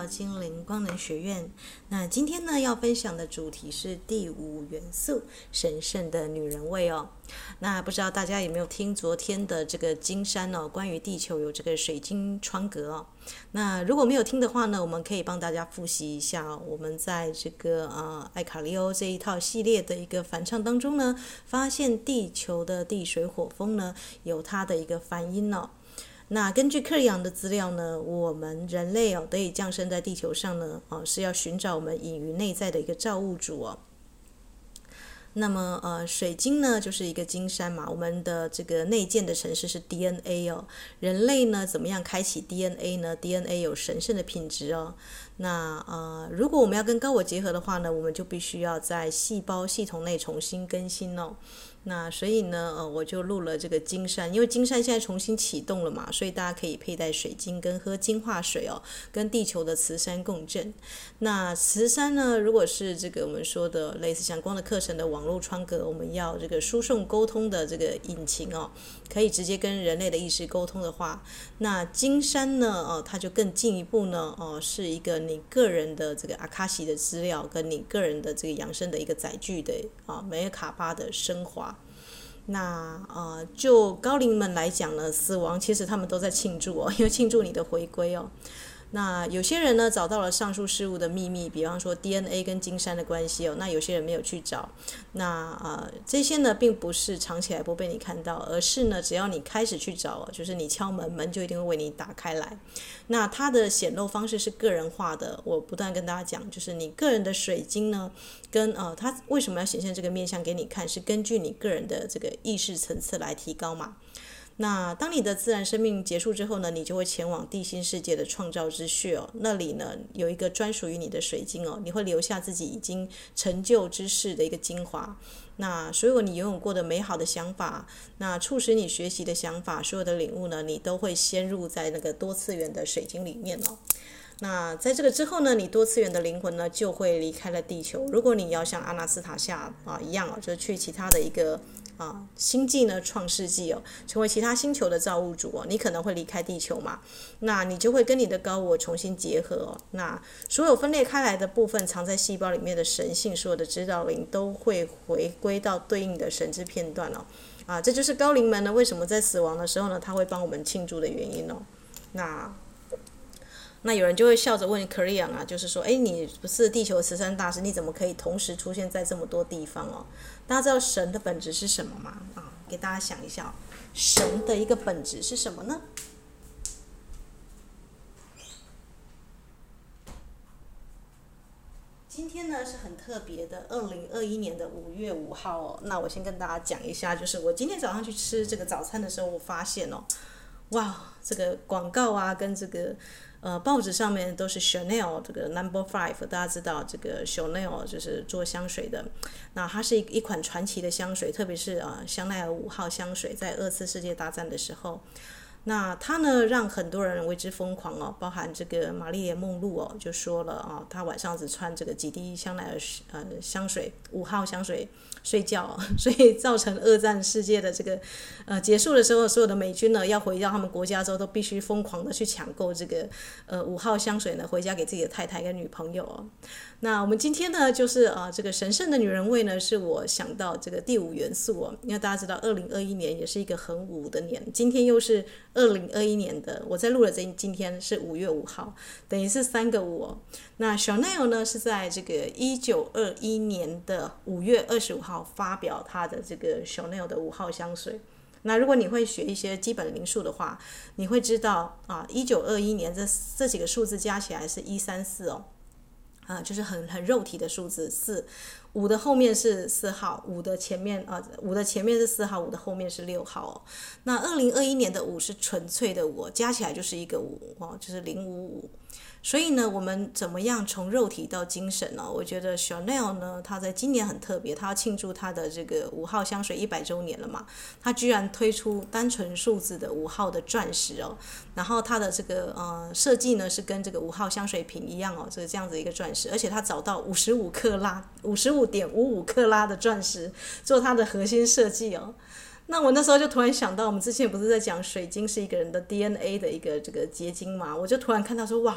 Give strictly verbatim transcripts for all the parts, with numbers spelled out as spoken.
精灵光能学院。那今天呢，要分享的主题是第五元素——神圣的女人味哦。那不知道大家有没有听昨天的这个金山哦，关于地球有这个水晶窗格哦。那如果没有听的话呢，我们可以帮大家复习一下哦。我们在这个呃艾卡利欧这一套系列的一个反唱当中呢，发现地球的地水火风呢有它的一个反音哦。那根据克里昂的资料呢，我们人类哦得以降生在地球上呢，哦是要寻找我们隐于内在的一个造物主哦。那么呃，水晶呢就是一个金山嘛，我们的这个内建的程式是 D N A 哦。人类呢怎么样开启 D N A 呢 ？D N A 有神圣的品质哦。那呃，如果我们要跟高我结合的话呢，我们就必须要在细胞系统内重新更新哦。那所以呢，呃，我就录了这个金山，因为金山现在重新启动了嘛，所以大家可以佩戴水晶跟喝净化水哦，跟地球的磁山共振。那磁山呢，如果是这个我们说的类似像光的课程的网络窗格，我们要这个输送沟通的这个引擎哦，可以直接跟人类的意识沟通的话，那金山呢，哦，它就更进一步呢，哦，是一个你个人的这个阿卡西的资料，跟你个人的这个养生的一个载具的啊梅尔卡巴的升华。那呃，就高龄们来讲呢，死亡其实他们都在庆祝哦，因为庆祝你的回归哦。那有些人呢找到了上述事物的秘密，比方说 D N A 跟金山的关系哦，那有些人没有去找。那呃这些呢并不是藏起来不被你看到，而是呢只要你开始去找，就是你敲门，门就一定会为你打开来。那它的显露方式是个人化的，我不断跟大家讲，就是你个人的水晶呢，跟呃它为什么要显现这个面向给你看，是根据你个人的这个意识层次来提高嘛。那当你的自然生命结束之后呢，你就会前往地心世界的创造之穴哦，那里呢有一个专属于你的水晶哦，你会留下自己已经成就之事的一个精华。那所有你拥有过的美好的想法，那促使你学习的想法，所有的领悟呢，你都会先入在那个多次元的水晶里面哦。那在这个之后呢，你多次元的灵魂呢就会离开了地球。如果你要像阿纳斯塔夏啊一样哦，就是去其他的一个啊星际呢创世纪哦，成为其他星球的造物主哦，你可能会离开地球嘛，那你就会跟你的高我重新结合哦。那所有分裂开来的部分，藏在细胞里面的神性，所有的指导灵都会回归到对应的神之片段哦。啊，这就是高灵们呢为什么在死亡的时候呢，他会帮我们庆祝的原因哦。那。那有人就会笑着问克里昂啊，就是说，哎，你不是地球慈善大师，你怎么可以同时出现在这么多地方哦？大家知道神的本质是什么吗？啊，给大家想一下、哦，神的一个本质是什么呢？今天呢是很特别的，二零二一年的五月五号哦。那我先跟大家讲一下，就是我今天早上去吃这个早餐的时候，我发现哦，哇，这个广告啊，跟这个。呃，报纸上面都是 Chanel 这个 Number Five， 大家知道这个 Chanel 就是做香水的，那它是一一款传奇的香水，特别是啊、呃、香奈儿五号香水，在二次世界大战的时候，那它呢让很多人为之疯狂哦，包含这个玛丽莲梦露哦，就说了啊、哦，她晚上只穿这个几滴香奈儿呃香水五号香水睡觉、哦，所以造成二战世界的这个呃结束的时候，所有的美军呢要回到他们国家之后，都必须疯狂的去抢购这个呃五号香水呢，回家给自己的太太跟女朋友哦。那我们今天呢，就是啊、呃、这个神圣的女人味呢，是我想到这个第五元素哦，因为大家知道二零二一年也是一个很武的年，今天又是二零二一年的，我在录的这今天是五月五号，等于是三个五哦。那 Chanel 呢是在这个一九二一年的五月二十五号发表它的这个 Chanel 的五号香水。那如果你会学一些基本零数的话，你会知道啊，一九二一年这这几个数字加起来是一三四哦。啊，就是很很肉体的数字四，五的后面是四号，五的前面啊，五的前面是四号，五的后面是六号哦。那二零二一年的五是纯粹的五，加起来就是一个五哦，就是零五五。所以呢，我们怎么样从肉体到精神呢？我觉得 Chanel 呢，它在今年很特别，它要庆祝它的这个五号香水一百周年了嘛，它居然推出单纯数字的五号的钻石哦，然后它的这个呃设计呢是跟这个五号香水瓶一样哦，这个这样子一个钻石，而且它找到五十五克拉，五十五点五五克拉的钻石做它的核心设计哦。那我那时候就突然想到，我们之前不是在讲水晶是一个人的 D N A 的一个这个结晶嘛，我就突然看到说，哇！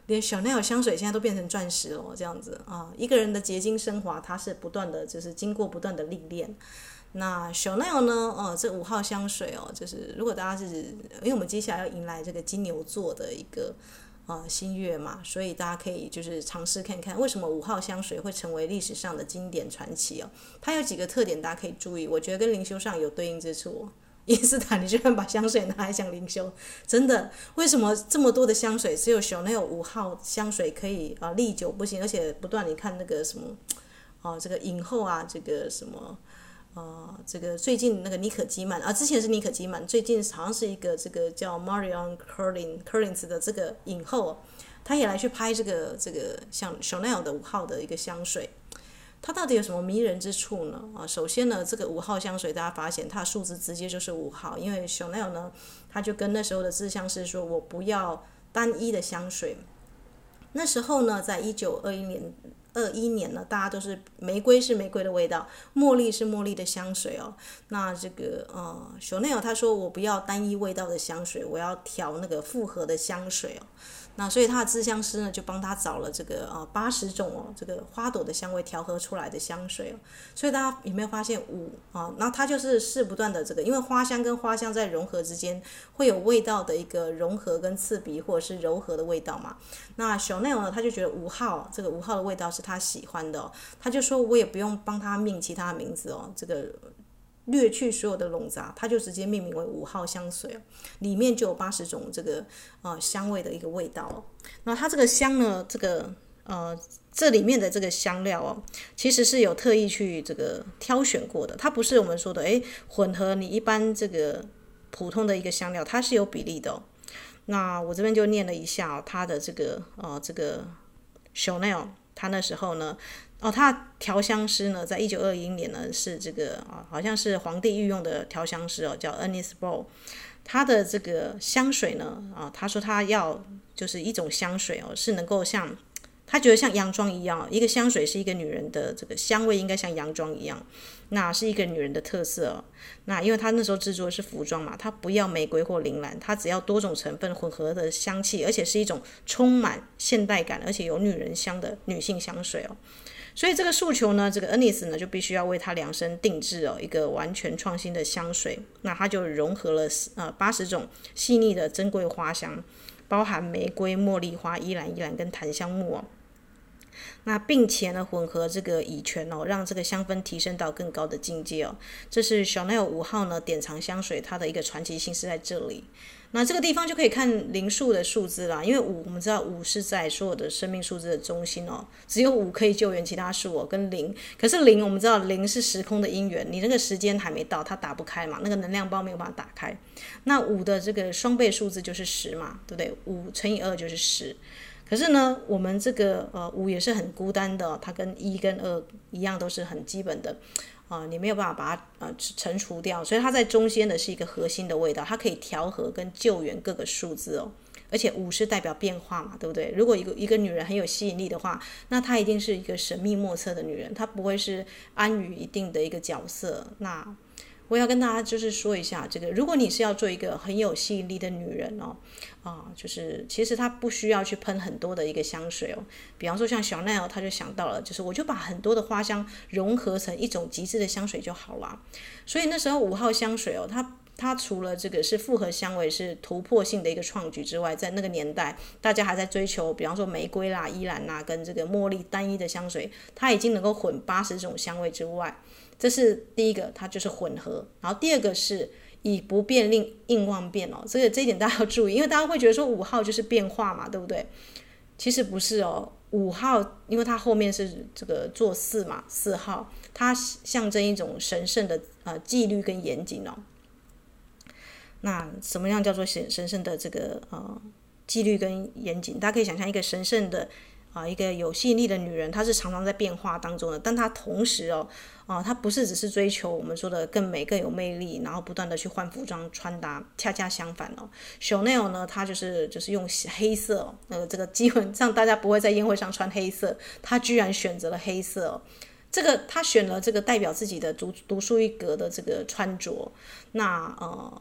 连 Chanel 香水现在都变成钻石了，这样子啊。一个人的结晶升华，它是不断的，就是经过不断的历练。那 Chanel 呢？哦，这五号香水哦，就是如果大家是，因为我们接下来要迎来这个金牛座的一个呃新月嘛，所以大家可以就是尝试看看，为什么五号香水会成为历史上的经典传奇哦？它有几个特点，大家可以注意，我觉得跟灵修上有对应之处哦。伊斯坦，你居然把香水拿来讲灵修，真的？为什么这么多的香水，只有 Chanel 五号香水可以啊历久不新，而且不断？你看那个什么，哦、啊，这个影后啊，这个什么。呃，这个最近那个妮可基曼啊，之前是妮可基曼，最近好像是一个这个叫 Marion Collins 的这个影后，她也来去拍这个这个像 Chanel 的五号的一个香水，它到底有什么迷人之处呢？啊，首先呢，这个五号香水大家发现它的数字直接就是五号，因为 Chanel 呢，他就跟那时候的制香师说，我不要单一的香水。那时候呢，在一九二一年。二一年呢，大家都是玫瑰是玫瑰的味道，茉莉是茉莉的香水哦。那这个呃，Chanel 他说我不要单一味道的香水，我要调那个复合的香水哦。那所以他的制香师呢，就帮他找了这个呃八十种哦，这个花朵的香味调和出来的香水哦。所以大家有没有发现五啊？那他就是是不断的这个，因为花香跟花香在融合之间会有味道的一个融合跟刺鼻或者是柔和的味道嘛。那 Chanel 呢，他就觉得五号这个五号的味道是他喜欢的哦，他就说我也不用帮他命其他的名字哦，这个。略去所有的笼杂，它就直接命名为五号香水哦，里面就有八十种这个呃香味的一个味道哦。那它这个香呢，这个呃这里面的这个香料哦，其实是有特意去这个挑选过的，它不是我们说的诶混合你一般这个普通的一个香料，它是有比例的哦。那我这边就念了一下哦，它的这个呃这个 Chanel， 它那时候呢。哦，他的调香师呢，在一九二一年呢是这个啊，好像是皇帝御用的调香师哦，叫 Ernest Boll。他的这个香水呢，啊，他说他要就是一种香水哦，是能够像他觉得像洋装一样，一个香水是一个女人的这个香味应该像洋装一样，那是一个女人的特色哦。那因为他那时候制作的是服装嘛，他不要玫瑰或铃兰，他只要多种成分混合的香气，而且是一种充满现代感，而且有女人香的女性香水哦。所以这个诉求呢，这个 Ernest 呢就必须要为他量身定制哦一个完全创新的香水。那它就融合了呃八十种细腻的珍贵花香，包含玫瑰、茉莉花、依兰依兰跟檀香木哦。那并且呢，混合这个乙醛哦，让这个香氛提升到更高的境界哦。这是 Chanel 五号呢典藏香水它的一个传奇性是在这里。那这个地方就可以看灵数的数字啦，因为五我们知道五是在所有的生命数字的中心哦，只有五可以救援其他数哦，跟零。可是零我们知道零是时空的因缘，你那个时间还没到，它打不开嘛，那个能量包没有办法打开。那五的这个双倍数字就是十嘛，对不对？五乘以二就是十。可是呢，我们这个呃五也是很孤单的哦，它跟一跟二一样都是很基本的。啊、呃，你没有办法把它呃乘除掉，所以它在中间的是一个核心的味道，它可以调和跟救援各个数字哦。而且五是代表变化嘛，对不对？如果一个一个女人很有吸引力的话，那她一定是一个神秘莫测的女人，她不会是安于一定的一个角色。那我要跟大家就是说一下，这个如果你是要做一个很有吸引力的女人哦，啊，就是其实她不需要去喷很多的一个香水哦。比方说像小奈哦，她就想到了，就是我就把很多的花香融合成一种极致的香水就好啦。所以那时候五号香水哦，它它除了这个是复合香味是突破性的一个创举之外，在那个年代大家还在追求，比方说玫瑰啦、依兰啦跟这个茉莉单一的香水，它已经能够混八十种香味之外。这是第一个，它就是混合。然后第二个是以不变令应万变哦，这个这一点大家要注意，因为大家会觉得说五号就是变化嘛，对不对？其实不是哦，五号因为它后面是这个做四嘛，四号它象征一种神圣的呃纪律跟严谨哦。那什么样叫做神神圣的这个呃纪律跟严谨？大家可以想象一个神圣的啊、呃、一个有吸引力的女人，她是常常在变化当中的，但她同时哦啊、呃、她不是只是追求我们说的更美更有魅力，然后不断的去换服装穿搭，恰恰相反哦。Chanel 呢，她就是就是用黑色，呃这个基本上大家不会在宴会上穿黑色，她居然选择了黑色哦。这个他选了这个代表自己的独独树一格的这个穿着，那呃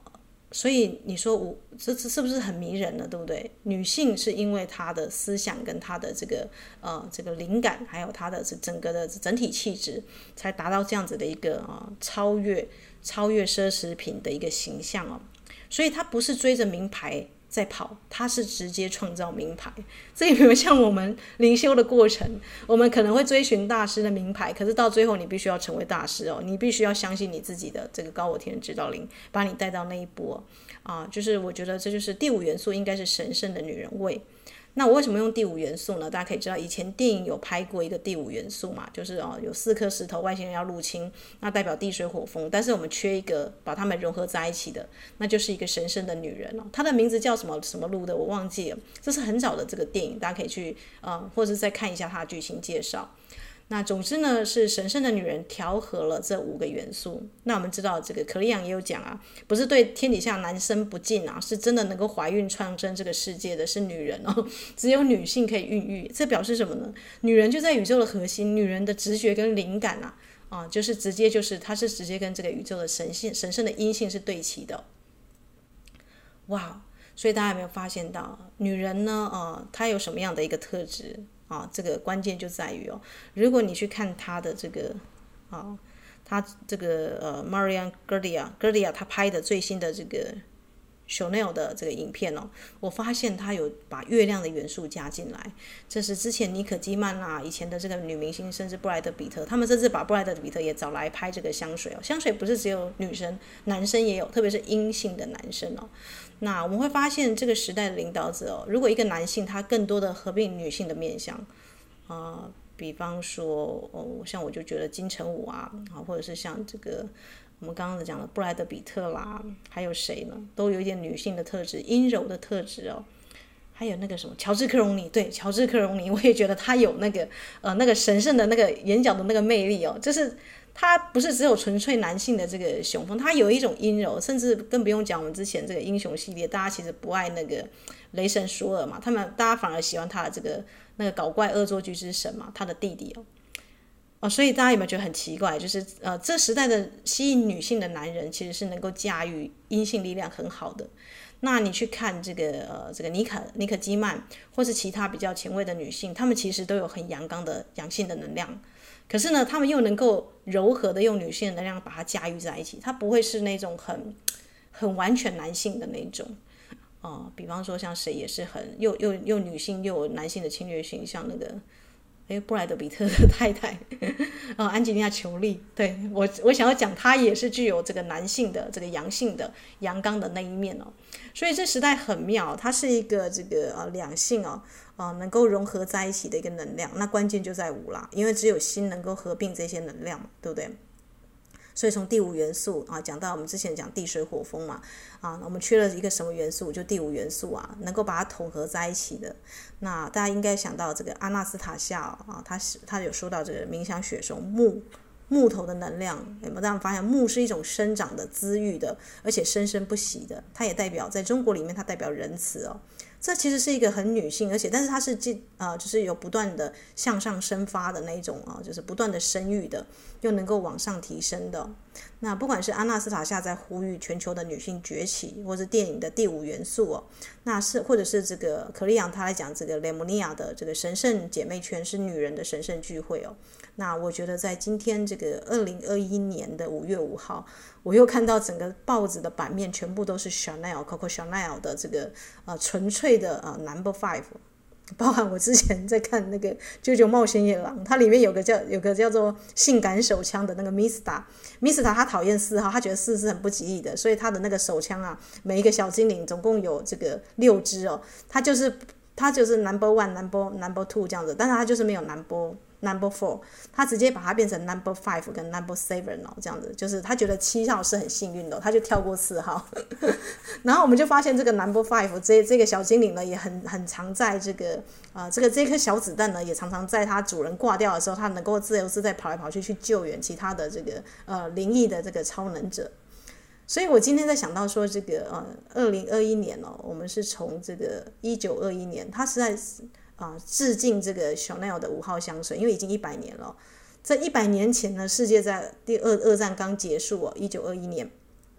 所以你说我这这是不是很迷人呢？对不对？女性是因为她的思想跟她的这个呃这个灵感，还有她的整个的整体气质，才达到这样子的一个啊、呃、超越超越奢侈品的一个形象哦。所以她不是追着名牌在跑，他是直接创造名牌。这有没有像我们灵修的过程？我们可能会追寻大师的名牌，可是到最后你必须要成为大师哦，你必须要相信你自己的这个高我天的指导灵，把你带到那一步哦。啊，就是我觉得这就是第五元素，应该是神圣的女人味。那我为什么用第五元素呢？大家可以知道，以前电影有拍过一个第五元素嘛，就是哦有四颗石头，外星人要入侵，那代表地水火风，但是我们缺一个把它们融合在一起的，那就是一个神圣的女人哦。她的名字叫什么什么路的，我忘记了，这是很早的这个电影，大家可以去呃或者再看一下它的剧情介绍。那总之呢，是神圣的女人调和了这五个元素。那我们知道，这个可利昂也有讲啊，不是对天底下男生不敬啊，是真的能够怀孕创生这个世界的是女人哦，只有女性可以孕育。这表示什么呢？女人就在宇宙的核心，女人的直觉跟灵感啊，啊，就是直接就是她是直接跟这个宇宙的神性、神圣的阴性是对齐的。哇，所以大家有没有发现到，女人呢，呃，她有什么样的一个特质？啊，这个关键就在于哦，如果你去看他的这个啊，他这个呃 Marion Guardia Guardia 他拍的最新的这个 Chanel 的这个影片哦，我发现他有把月亮的元素加进来。这是之前妮可基曼啦，以前的这个女明星，甚至布莱德比特，他们甚至把布莱德比特也找来拍这个香水哦。香水不是只有女生，男生也有，特别是阴性的男生哦。那我们会发现，这个时代的领导者哦，如果一个男性他更多的合并女性的面向，啊、呃，比方说哦，像我就觉得金城武啊，啊，或者是像这个我们刚刚讲的布莱德比特啦，还有谁呢，都有一点女性的特质，阴柔的特质哦。还有那个什么乔治克隆尼，对，乔治克隆尼，我也觉得他有那个呃那个神圣的那个眼角的那个魅力哦，就是他不是只有纯粹男性的这个雄风，他有一种阴柔，甚至更不用讲我们之前这个英雄系列，大家其实不爱那个雷神索尔嘛，他们大家反而喜欢他的这个那个搞怪恶作剧之神嘛，他的弟弟哦。哦，所以大家有没有觉得很奇怪？就是呃，这时代的吸引女性的男人，其实是能够驾驭阴性力量很好的。那你去看这个呃，这个妮可妮可基曼，或是其他比较前卫的女性，她们其实都有很阳刚的阳性的能量。可是呢，她们又能够柔和的用女性的能量把它驾驭在一起，它不会是那种很很完全男性的那种。哦、呃，比方说像谁也是很又又又女性又有男性的侵略性，像那个。诶，布莱德比特的太太，呃，安吉丽娜·裘丽，对我，我想要讲，她也是具有这个男性的这个阳性的阳刚的那一面哦。所以这时代很妙，它是一个这个呃两性哦，呃能够融合在一起的一个能量。那关键就在五啦，因为只有心能够合并这些能量嘛，对不对？所以从第五元素啊讲到我们之前讲地水火风嘛，啊，我们缺了一个什么元素？就第五元素啊，能够把它统合在一起的。那大家应该想到这个阿纳斯塔夏啊，他他有说到这个冥想雪松木木头的能量，有没有？大家发现木是一种生长的、滋育的，而且生生不息的。它也代表在中国里面，它代表仁慈哦。这其实是一个很女性，而且但是它是啊、呃，就是有不断的向上生发的那一种啊，就是不断的生育的，又能够往上提升的。那不管是阿纳斯塔夏在呼吁全球的女性崛起，或是电影的第五元素哦，那是或者是这个可利昂他来讲这个雷姆尼亚的这个神圣姐妹圈是女人的神圣聚会哦。那我觉得在今天这个二零二一年的五月五号，我又看到整个报纸的版面全部都是 Chanel Coco Chanel 的这个呃纯粹的呃 Number Five， 包含我之前在看那个《啾啾冒险野狼》，它里面有个叫有个叫做性感手枪的那个 Mista Mista， 他讨厌四号，他觉得四是很不吉利的，所以他的那个手枪啊，每一个小精灵总共有这个六支哦，他就是他就是 Number One Number Number Two 这样子，但是他就是没有 Number Number Four， 他直接把它变成 Number Five 跟 Number Seven 哦，这样子，就是他觉得七号是很幸运的，他就跳过四号。然后我们就发现这个 Number Five 这这个小精灵呢，也很很常在这个啊、呃、这个这颗小子弹呢，也常常在它主人挂掉的时候，它能够自由自在跑来跑去去救援其他的这个呃灵异的这个超能者。所以我今天在想到说这个呃二零二一年哦，我们是从这个一九二一年，它实在是。啊，致敬这个 Chanel 的五号香水，因为已经一百年了。在一百年前呢，世界在第二二战刚结束哦，一九二一年，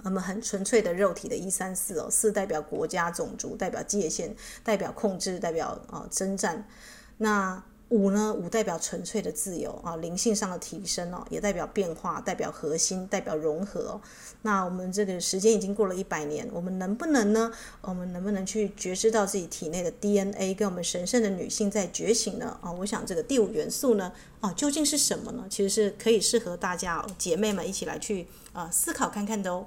我们很纯粹的肉体的一三四哦，四代表国家种族，代表界限，代表控制，代表啊征战。那五呢？五代表纯粹的自由啊，灵性上的提升哦，也代表变化，代表核心，代表融合哦。那我们这个时间已经过了一百年，我们能不能呢？我们能不能去觉知到自己体内的 D N A 跟我们神圣的女性在觉醒呢？啊，我想这个第五元素呢，啊，究竟是什么呢？其实是可以适合大家哦，姐妹们一起来去啊思考看看的哦。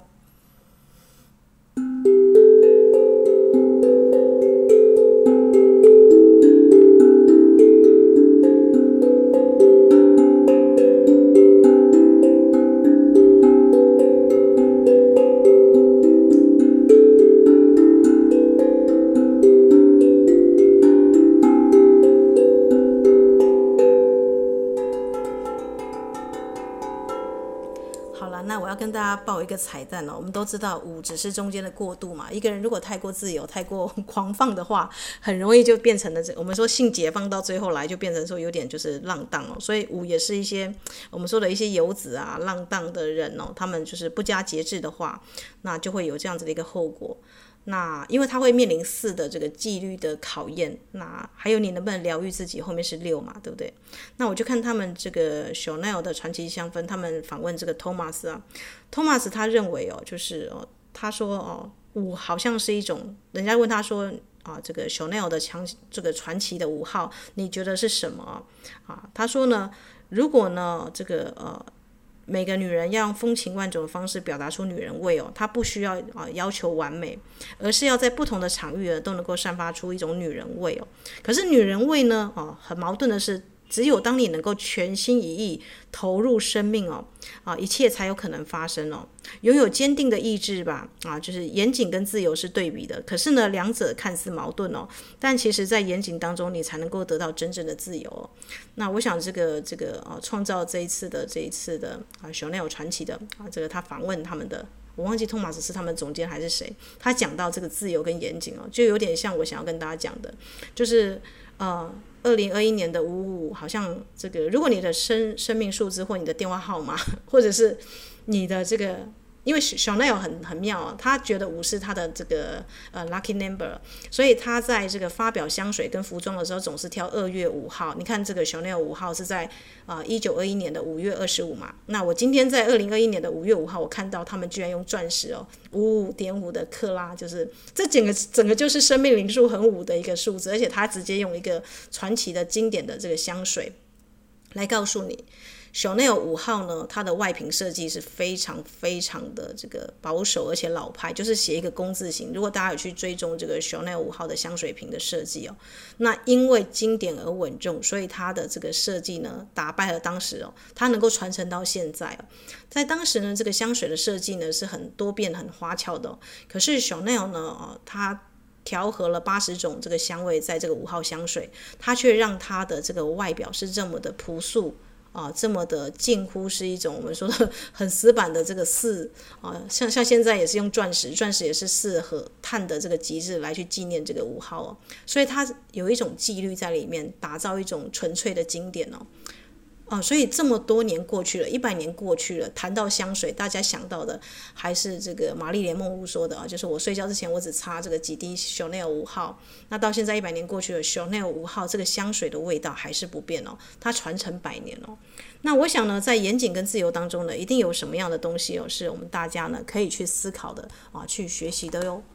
跟大家报一个彩蛋哦，我们都知道五只是中间的过渡嘛，一个人如果太过自由、太过狂放的话，很容易就变成了这我们说性解放到最后来就变成说有点就是浪荡哦，所以五也是一些我们说的一些游子啊、浪荡的人哦，他们就是不加节制的话，那就会有这样子的一个后果。那因为他会面临四的这个纪律的考验，那还有你能不能疗愈自己，后面是六嘛，对不对？那我就看他们这个 Chanel 的传奇香氛，他们访问这个 Thomas 啊 ，Thomas 他认为哦，就是哦，他说哦，五好像是一种，人家问他说啊，这个 Chanel 的强这个传奇的五号，你觉得是什么啊？他说呢，如果呢这个呃。每个女人要用风情万种的方式表达出女人味哦，她不需要啊要求完美，而是要在不同的场域都能够散发出一种女人味哦。可是女人味呢，哦，很矛盾的是，只有当你能够全心一意投入生命哦，啊，一切才有可能发生哦。拥有坚定的意志吧，啊，就是严谨跟自由是对比的，可是呢，两者看似矛盾哦，但其实在严谨当中，你才能够得到真正的自由哦。那我想这个这个啊，创造这一次的这一次的啊，Chanel传奇的啊，这个他访问他们的。我忘记托马斯是他们总监还是谁，他讲到这个自由跟严谨哦，就有点像我想要跟大家讲的，就是呃，二零二一年的五五，好像这个，如果你的生生命数字或你的电话号码，或者是你的这个。因为 Chanel 很很妙啊，他觉得五是他的这个呃 lucky number， 所以他在这个发表香水跟服装的时候总是挑二月五号。你看这个 Chanel 五号是在啊一九二一年的五月二十五嘛，那我今天在二零二一年的五月五号，我看到他们居然用钻石哦五五点五的克拉，就是这整个整个就是生命灵数很五的一个数字，而且他直接用一个传奇的经典的这个香水来告诉你。Chanel 五号呢，它的外屏设计是非常非常的这个保守而且老派，就是写一个工字形。如果大家有去追踪这个 Chanel 五号的香水瓶的设计哦，那因为经典而稳重，所以它的这个设计呢，打败了当时哦，它能够传承到现在哦。在当时呢，这个香水的设计呢是很多变、很花俏的哦，可是 Chanel 呢，哦，它调和了八十种这个香味在这个五号香水，它却让它的这个外表是这么的朴素。啊，这么的近乎是一种我们说的很死板的这个四啊，像像现在也是用钻石，钻石也是四和碳的这个极致来去纪念这个五号哦，所以它有一种纪律在里面，打造一种纯粹的经典哦。啊，所以这么多年过去了，一百年过去了，谈到香水，大家想到的还是这个玛丽莲梦露说的啊，就是我睡觉之前我只擦这个几滴 Chanel 五号。那到现在一百年过去了 ，Chanel 五号这个香水的味道还是不变哦，它传承百年哦。那我想呢，在严谨跟自由当中呢，一定有什么样的东西哦，是我们大家呢可以去思考的啊，去学习的哟。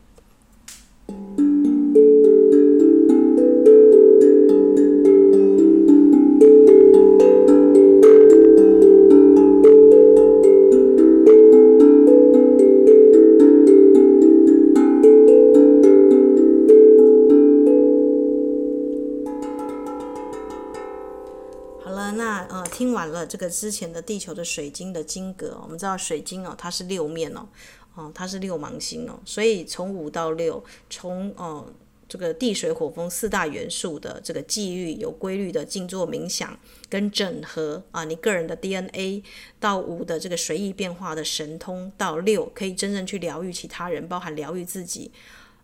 听完了这个之前的地球的水晶的晶格，我们知道水晶哦，它是六面哦，哦，它是六芒星哦，所以从五到六，从哦这个地水火风四大元素的这个纪律有规律的静坐冥想跟整合啊，你个人的 D N A 到五的这个随意变化的神通，到六可以真正去疗愈其他人，包含疗愈自己。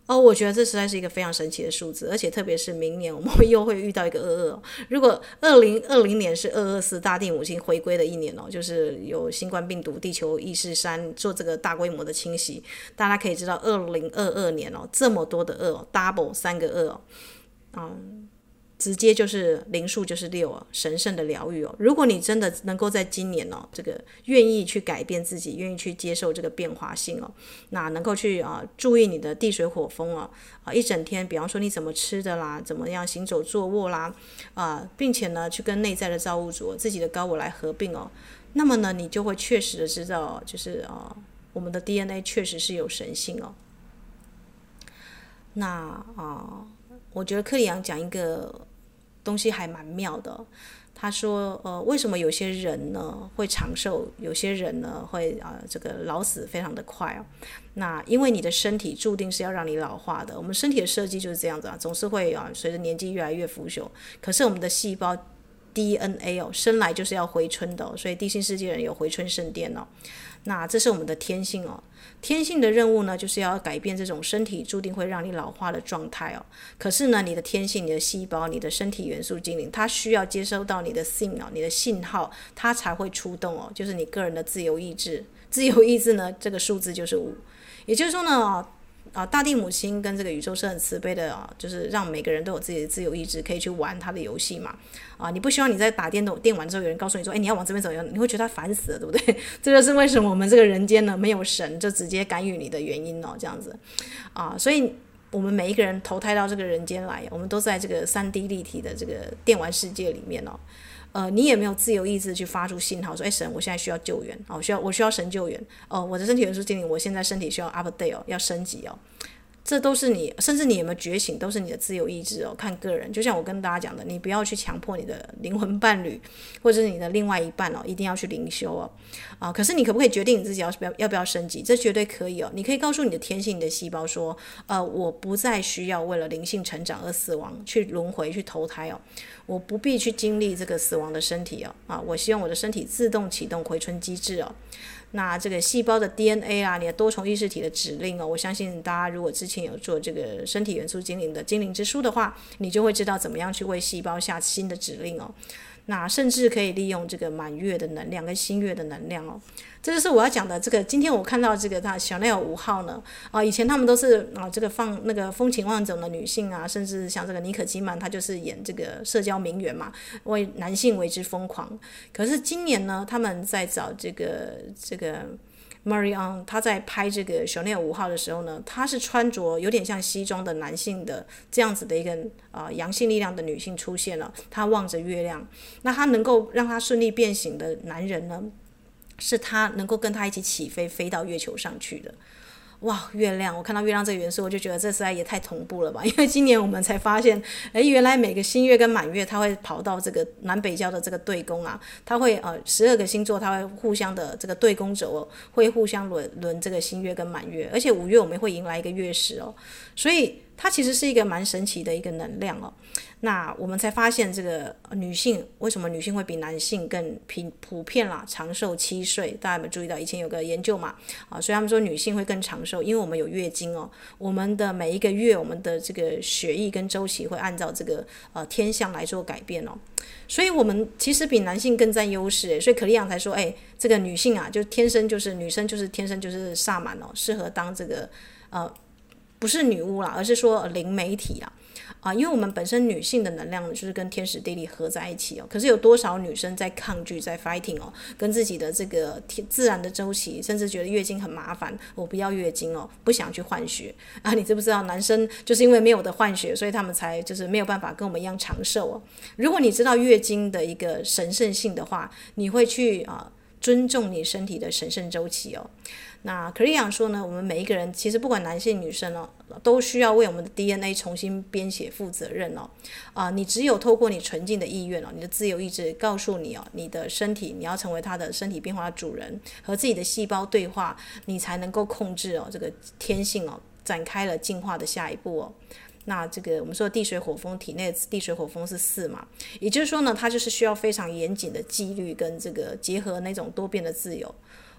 哦，我觉得这实在是一个非常神奇的数字，而且特别是明年我们会又会遇到一个二二、哦。如果二零二零年是二二四大地母亲回归的一年哦，就是有新冠病毒、地球意识山做这个大规模的清洗，大家可以知道，二零二二年哦，这么多的二、哦、，double 三个二哦，嗯。直接就是零数就是六哦，神圣的疗愈哦。如果你真的能够在今年哦，这个愿意去改变自己，愿意去接受这个变化性哦，那能够去啊、呃、注意你的地水火风哦，啊、呃、一整天，比方说你怎么吃的啦，怎么样行走坐卧啦，啊、呃，并且呢去跟内在的造物主、自己的高我来合并哦，那么呢你就会确实的知道，就是啊、呃、我们的 D N A 确实是有神性哦。那啊、呃，我觉得克里昂讲一个东西还蛮妙的、哦，他说，呃，为什么有些人呢会长寿，有些人呢会啊、呃、这个老死非常的快哦？那因为你的身体注定是要让你老化的，我们身体的设计就是这样子啊，总是会啊随着年纪越来越腐朽。可是我们的细胞 D N A 哦，生来就是要回春的、哦，所以地心世界人有回春圣殿哦。那这是我们的天性哦，天性的任务呢，就是要改变这种身体注定会让你老化的状态哦。可是呢，你的天性、你的细胞、你的身体元素精灵，它需要接收到你的 sign 哦，你的信号，它才会出动哦。就是你个人的自由意志，自由意志呢，这个数字就是五。也就是说呢，啊，大地母亲跟这个宇宙是很慈悲的啊，就是让每个人都有自己的自由意志，可以去玩他的游戏嘛。啊，你不希望你在打电动电玩之后，有人告诉你说，哎，你要往这边走，你会觉得他烦死了，对不对？这就是为什么我们这个人间呢没有神就直接干预你的原因哦，这样子啊，所以我们每一个人投胎到这个人间来，我们都在这个三 D 立体的这个电玩世界里面哦。呃，你也没有自由意志去发出信号说，哎，神，我现在需要救援，哦，我需要我需要神救援，哦，我的身体元素精灵，我现在身体需要 update 哦，要升级哦。这都是你，甚至你有没有觉醒，都是你的自由意志哦，看个人。就像我跟大家讲的，你不要去强迫你的灵魂伴侣，或者是你的另外一半哦，一定要去灵修哦。啊，可是你可不可以决定你自己要不要要不要升级？这绝对可以哦。你可以告诉你的天性、你的细胞说，呃，我不再需要为了灵性成长而死亡，去轮回、去投胎哦。我不必去经历这个死亡的身体哦。啊，我希望我的身体自动启动回春机制哦。那这个细胞的 D N A 啊，你的多重意识体的指令哦，我相信大家如果之前有做这个身体元素精灵的精灵之书的话，你就会知道怎么样去为细胞下新的指令哦。那甚至可以利用这个满月的能量跟新月的能量哦，这就是我要讲的这个。今天我看到这个它小奈尔五号呢，啊，以前他们都是啊这个放那个风情万种的女性啊，甚至像这个妮可基曼，她就是演这个社交名媛嘛，为男性为之疯狂。可是今年呢，他们在找这个这个。Marion 他在拍这个小奈尔五号的时候呢，他是穿着有点像西装的男性的这样子的一个啊、呃、阳性力量的女性出现了，他望着月亮，那他能够让他顺利变形的男人呢，是他能够跟他一起起飞飞到月球上去的。哇，月亮！我看到月亮这个元素，我就觉得这实在也太同步了吧？因为今年我们才发现，哎，原来每个新月跟满月，它会跑到这个南北交的这个对宫啊，它会呃十二个星座，它会互相的这个对宫轴哦，会互相轮轮这个新月跟满月，而且五月我们会迎来一个月食哦，所以它其实是一个蛮神奇的一个能量哦。那我们才发现，这个女性为什么女性会比男性更普普遍啦，长寿七岁？大家有没有注意到？以前有个研究嘛，啊，所以他们说女性会更长寿，因为我们有月经哦。我们的每一个月，我们的这个血液跟周期会按照这个呃天象来做改变哦。所以我们其实比男性更占优势，所以可丽昂才说，哎，这个女性啊，就天生就是女生就是天生就是萨满哦，适合当这个呃不是女巫啦，而是说灵媒体啦。啊，因为我们本身女性的能量就是跟天时地利合在一起哦，可是有多少女生在抗拒，在 fighting 哦，跟自己的这个自然的周期，甚至觉得月经很麻烦，我不要月经哦，不想去换血啊！你知不知道，男生就是因为没有的换血，所以他们才就是没有办法跟我们一样长寿哦。如果你知道月经的一个神圣性的话，你会去啊尊重你身体的神圣周期哦。那克里昂说呢，我们每一个人其实不管男性女生哦，都需要为我们的 D N A 重新编写负责任哦。啊、呃，你只有透过你纯净的意愿哦，你的自由意志告诉你哦，你的身体你要成为它的身体变化的主人，和自己的细胞对话，你才能够控制哦这个天性哦，展开了进化的下一步哦。那这个我们说的地水火风，体内地水火风是四嘛，也就是说呢，它就是需要非常严谨的纪律跟这个结合那种多变的自由。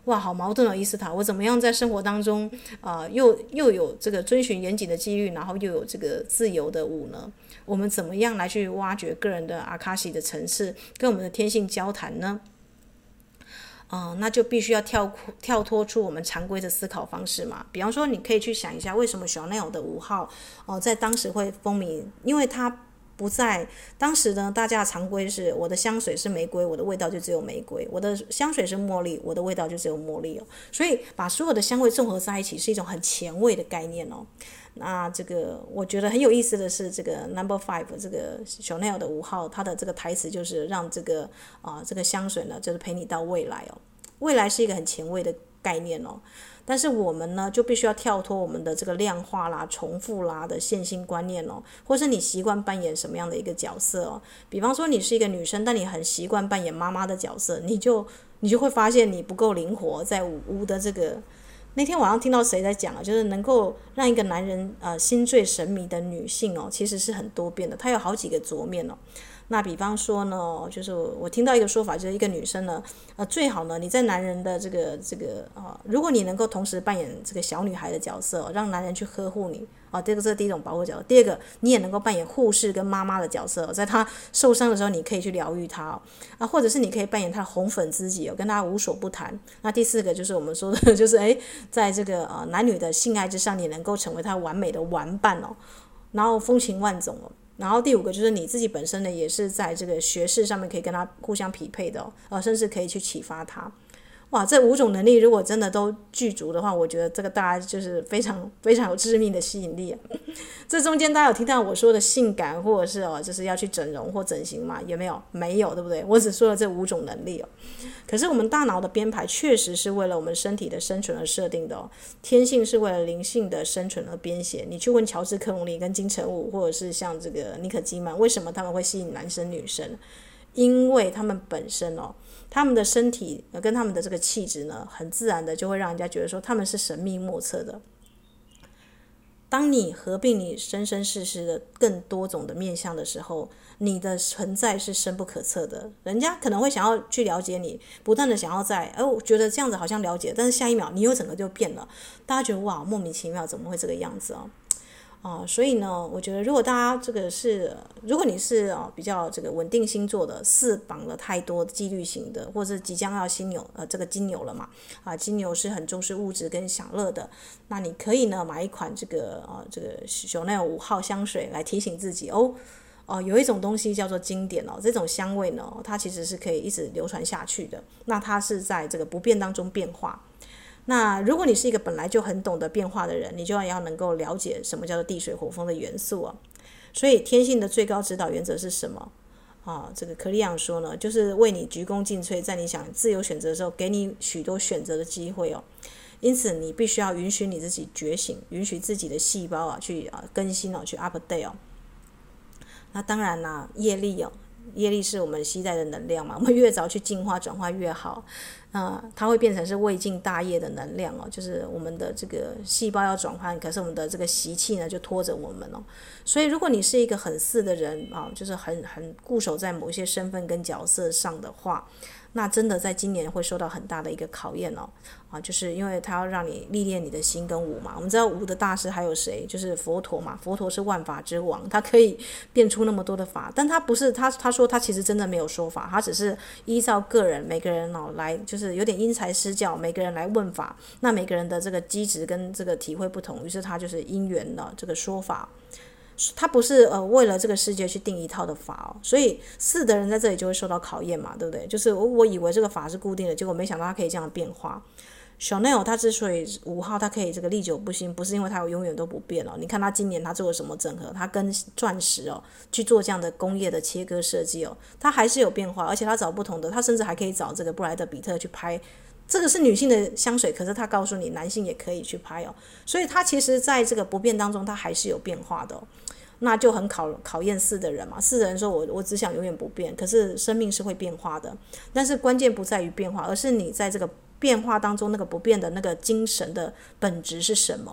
哇，好矛盾哦，伊斯塔，我怎么样在生活当中啊、呃，又又有这个遵循严谨的纪律，然后又有这个自由的舞呢？我们怎么样来去挖掘个人的阿卡西的层次，跟我们的天性交谈呢？嗯，那就必须要跳跳脱出我们常规的思考方式嘛。比方说，你可以去想一下，为什么 Chanel 的五号哦、呃，在当时会风靡，因为它不在当时呢，大家的常规是我的香水是玫瑰，我的味道就只有玫瑰；我的香水是茉莉，我的味道就只有茉莉哦。所以把所有的香味综合在一起，是一种很前卫的概念哦。那这个我觉得很有意思的是，这个 Number Five 这个 Chanel 的五号，它的这个台词就是让这个啊、呃、这个香水呢，就是陪你到未来哦。未来是一个很前卫的概念哦。但是我们呢，就必须要跳脱我们的这个量化啦、重复啦的线性观念哦，或是你习惯扮演什么样的一个角色哦。比方说你是一个女生，但你很习惯扮演妈妈的角色，你就你就会发现你不够灵活，在无的这个。那天晚上听到谁在讲啊，就是能够让一个男人呃心醉神迷的女性哦，其实是很多变的，她有好几个桌面哦。那比方说呢，就是我听到一个说法，就是一个女生呢，呃，最好呢，你在男人的这个这个啊、呃，如果你能够同时扮演这个小女孩的角色，让男人去呵护你啊，这个这是第一种保护角色。第二个，你也能够扮演护士跟妈妈的角色，在他受伤的时候，你可以去疗愈他哦，啊，或者是你可以扮演他的红粉知己哦，跟他无所不谈。那第四个就是我们说的，就是哎，在这个呃男女的性爱之上，你能够成为他完美的玩伴哦，然后风情万种哦。然后第五个就是你自己本身呢，也是在这个学识上面可以跟他互相匹配的哦，呃，甚至可以去启发他。哇，这五种能力如果真的都具足的话，我觉得这个大家就是非常非常有致命的吸引力啊。这中间大家有听到我说的性感，或者是哦，就是要去整容或整形吗？有没有？没有，对不对？我只说了这五种能力哦。可是我们大脑的编排确实是为了我们身体的生存而设定的哦，天性是为了灵性的生存而编写。你去问乔治·克隆尼跟金城武，或者是像这个妮可基曼，为什么他们会吸引男生女生？因为他们本身哦，他们的身体跟他们的这个气质呢，很自然的就会让人家觉得说他们是神秘莫测的。当你合并你生生世世的更多种的面向的时候，你的存在是深不可测的。人家可能会想要去了解你，不断的想要在，哎，我觉得这样子好像了解，但是下一秒你又整个就变了，大家觉得哇，莫名其妙，怎么会这个样子哦？啊、呃，所以呢，我觉得如果大家这个是，如果你是啊、呃、比较这个稳定星座的，四绑了太多纪律型的，或者即将要金牛呃这个金牛了嘛，啊金牛是很重视物质跟享乐的，那你可以呢买一款这个啊、呃、这个 Chanel 五号香水来提醒自己哦。哦、呃，有一种东西叫做经典哦，这种香味呢，它其实是可以一直流传下去的。那它是在这个不变当中变化。那如果你是一个本来就很懂得变化的人，你就要能够了解什么叫做地水火风的元素啊。所以天性的最高指导原则是什么啊？这个可利昂说呢，就是为你鞠躬尽瘁，在你想自由选择的时候，给你许多选择的机会哦。因此，你必须要允许你自己觉醒，允许自己的细胞啊去啊更新哦，去 update 哦。那当然啦，业力哦。业力是我们期待的能量嘛，我们越早去进化转化越好，呃，它会变成是未尽大业的能量哦，就是我们的这个细胞要转换，可是我们的这个习气呢就拖着我们哦。所以如果你是一个很四的人啊，就是很很固守在某些身份跟角色上的话，那真的在今年会受到很大的一个考验哦，啊，就是因为他要让你历练你的心跟无嘛。我们知道无的大师还有谁？就是佛陀嘛，佛陀是万法之王，他可以变出那么多的法，但他不是他他说他其实真的没有说法，他只是依照个人每个人哦来，就是有点因材施教，每个人来问法，那每个人的这个机质跟这个体会不同，于是他就是因缘的这个说法。他不是呃为了这个世界去定一套的法哦，所以四的人在这里就会受到考验嘛，对不对？就是我我以为这个法是固定的，结果没想到它可以这样变化。Chanel 他之所以五号他可以这个历久不新，不是因为他有永远都不变哦。你看他今年他做了什么整合，他跟钻石哦去做这样的工业的切割设计哦，他还是有变化，而且他找不同的，他甚至还可以找这个布莱德比特去拍。这个是女性的香水，可是他告诉你男性也可以去拍哦，所以他其实在这个不变当中，他还是有变化的哦。那就很考考验四的人嘛，四的人说我我只想永远不变，可是生命是会变化的，但是关键不在于变化，而是你在这个变化当中那个不变的那个精神的本质是什么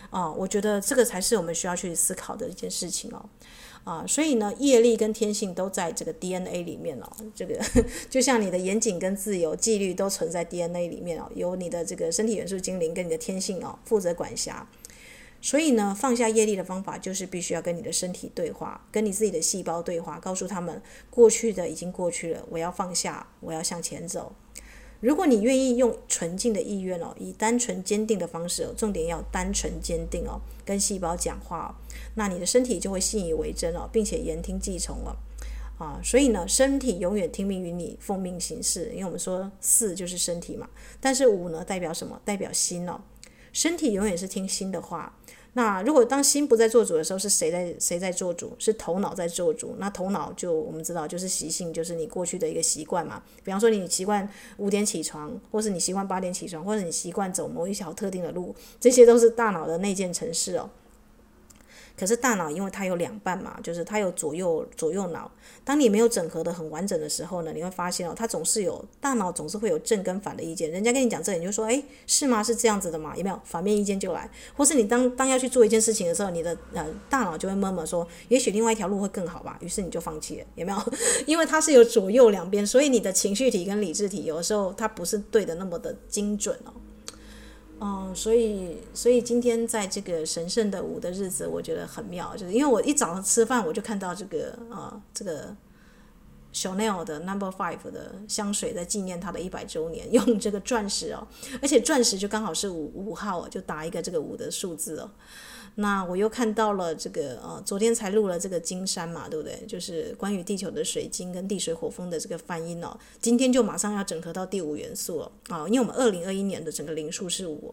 啊，我觉得这个才是我们需要去思考的一件事情哦。啊，所以呢，业力跟天性都在这个 D N A 里面哦。这个就像你的严谨跟自由、纪律都存在 D N A 里面哦，由你的这个身体元素精灵跟你的天性哦负责管辖。所以呢，放下业力的方法就是必须要跟你的身体对话，跟你自己的细胞对话，告诉他们过去的已经过去了，我要放下，我要向前走。如果你愿意用纯净的意愿哦，以单纯坚定的方式哦，重点要单纯坚定哦，跟细胞讲话哦，那你的身体就会信以为真哦，并且言听计从哦。啊，所以呢，身体永远听命于你，奉命行事。因为我们说四就是身体嘛，但是五呢代表什么？代表心哦。身体永远是听心的话。那如果当心不在做主的时候，是谁在谁在做主？是头脑在做主。那头脑就我们知道就是习性，就是你过去的一个习惯嘛。比方说你习惯五点起床，或是你习惯八点起床，或者你习惯走某一条特定的路，这些都是大脑的内建程式哦。可是大脑因为它有两半嘛，就是它有左右左右脑。当你没有整合的很完整的时候呢，你会发现哦，它总是有大脑总是会有正跟反的意见。人家跟你讲这个，你就说，哎，是吗？是这样子的吗？有没有反面意见就来？或是你当当要去做一件事情的时候，你的呃大脑就会默默说，也许另外一条路会更好吧，于是你就放弃了，有没有？因为它是有左右两边，所以你的情绪体跟理智体有的时候它不是对的那么的精准哦。嗯，所以所以今天在这个神圣的五的日子，我觉得很妙，就是因为我一早上吃饭我就看到这个呃这个 Chanel 的 Number Five 的香水在纪念它的一百周年，用这个钻石哦，而且钻石就刚好是五五号哦，就打一个这个五的数字哦。那我又看到了这个呃，昨天才录了这个金山嘛，对不对？就是关于地球的水晶跟地水火风的这个翻音哦。今天就马上要整合到第五元素了啊，因为我们二零二一年的整个灵数是五。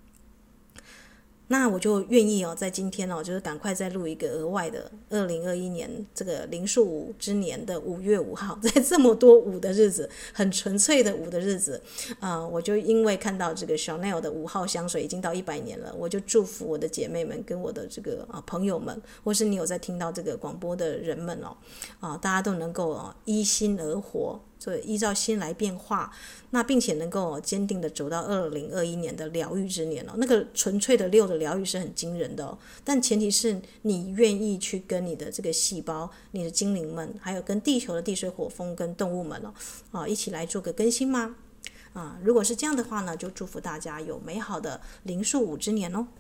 那我就愿意哦，在今天哦，就是赶快再录一个额外的二零二一年这个灵数五之年的五月五号，在这么多五的日子，很纯粹的五的日子，呃，我就因为看到这个 Chanel 的五号香水已经到一百年了，我就祝福我的姐妹们跟我的这个啊朋友们，或是你有在听到这个广播的人们哦，啊，大家都能够哦依心而活。所以依照心来变化，那并且能够坚定的走到二零二一年的疗愈之年哦，那个纯粹的六的疗愈是很惊人的哦，但前提是你愿意去跟你的这个细胞、你的精灵们，还有跟地球的地水火风跟动物们哦，啊一起来做个更新吗？啊，如果是这样的话呢，就祝福大家有美好的灵数五之年哦。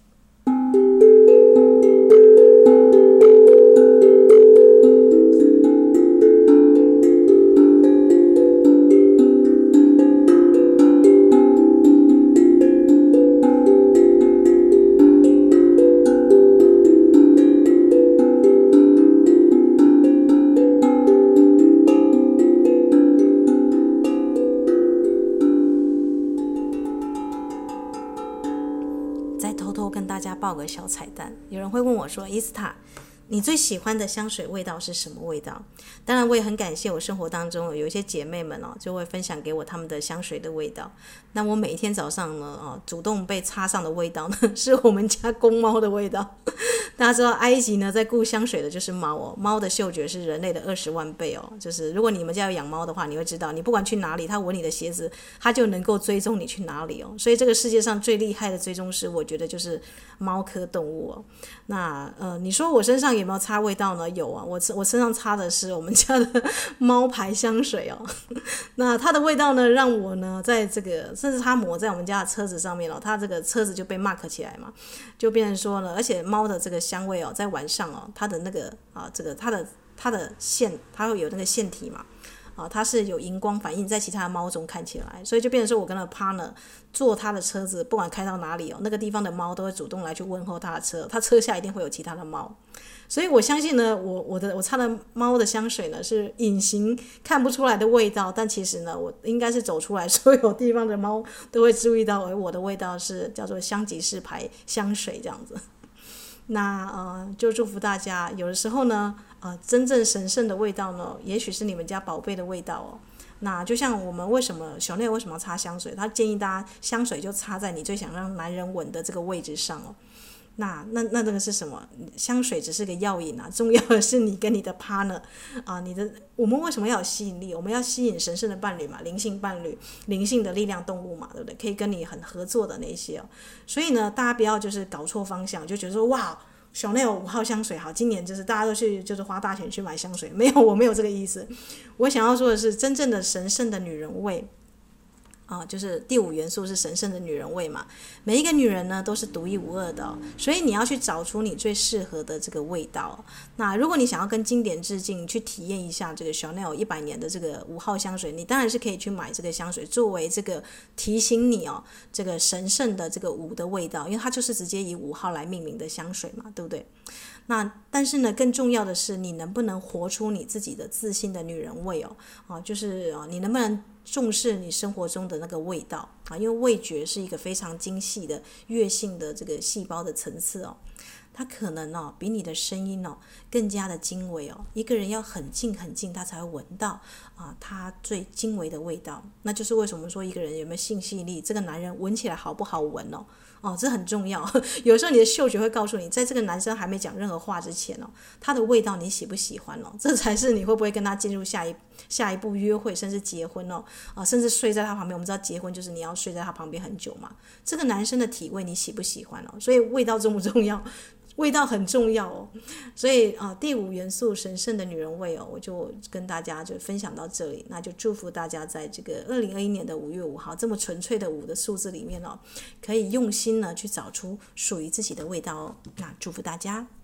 报个小彩蛋，有人会问我说，伊斯塔，你最喜欢的香水味道是什么味道？当然我也很感谢我生活当中有一些姐妹们哦，就会分享给我他们的香水的味道。那我每一天早上呢，哦，主动被插上的味道呢，是我们家公猫的味道。大家知道埃及呢，在顾香水的就是猫哦，猫的嗅觉是人类的二十万倍哦。就是如果你们家有养猫的话，你会知道，你不管去哪里，它闻你的鞋子，它就能够追踪你去哪里哦。所以这个世界上最厉害的追踪师，我觉得就是猫科动物哦。那呃，你说我身上有没有擦味道呢？有啊，我我身上擦的是我们家的猫牌香水哦。那它的味道呢，让我呢在这个甚至它抹在我们家的车子上面哦，它这个车子就被 mark 起来嘛，就变成说了，而且猫的这个香味哦，在晚上哦，它的那个啊，这个它的它的线，它会有那个腺体嘛。啊，它是有荧光反应在其他的猫中看起来，所以就变成说我跟了 partner 坐他的车子，不管开到哪里哦，那个地方的猫都会主动来去问候他的车，他车下一定会有其他的猫，所以我相信呢，我我的我擦的猫的香水呢是隐形看不出来的味道，但其实呢，我应该是走出来，所有地方的猫都会注意到，而我的味道是叫做香吉士牌香水这样子。那呃，就祝福大家，有的时候呢，呃，真正神圣的味道呢，也许是你们家宝贝的味道哦。那就像我们为什么小内为什么要擦香水？他建议大家香水就擦在你最想让男人闻的这个位置上哦。 那那那这个是什么？香水只是个药引啊，重要的是你跟你的 partner 啊，你的我们为什么要有吸引力？我们要吸引神圣的伴侣嘛，灵性伴侣，灵性的力量动物嘛，对不对？可以跟你很合作的那些哦。所以呢，大家不要就是搞错方向，就觉得说哇。Chanel 五号香水好，今年就是大家都去就是花大钱去买香水，没有，我没有这个意思。我想要说的是，真正的神圣的女人味啊，就是第五元素是神圣的女人味嘛。每一个女人呢都是独一无二的、哦，所以你要去找出你最适合的这个味道、哦。那如果你想要跟经典致敬，去体验一下这个 Chanel 一百年的这个五号香水，你当然是可以去买这个香水，作为这个提醒你哦，这个神圣的这个五的味道，因为它就是直接以五号来命名的香水嘛，对不对？那但是呢，更重要的是，你能不能活出你自己的自信的女人味哦？啊，就是啊，你能不能重视你生活中的那个味道啊？因为味觉是一个非常精细的乐性的这个细胞的层次哦，它可能哦比你的声音哦更加的精微哦。一个人要很近很近，他才会闻到啊他最精微的味道。那就是为什么说一个人有没有性吸引力，这个男人闻起来好不好闻哦？哦，这很重要。有时候你的嗅觉会告诉你，在这个男生还没讲任何话之前哦，他的味道你喜不喜欢哦？这才是你会不会跟他进入下一下一步约会，甚至结婚哦，啊，甚至睡在他旁边。我们知道结婚就是你要睡在他旁边很久嘛。这个男生的体味你喜不喜欢哦？所以味道重不重要？味道很重要哦，所以啊、呃，第五元素神圣的女人味哦，我就跟大家就分享到这里，那就祝福大家在这个二零二一年的五月五号这么纯粹的五的数字里面哦，可以用心呢去找出属于自己的味道哦，那祝福大家。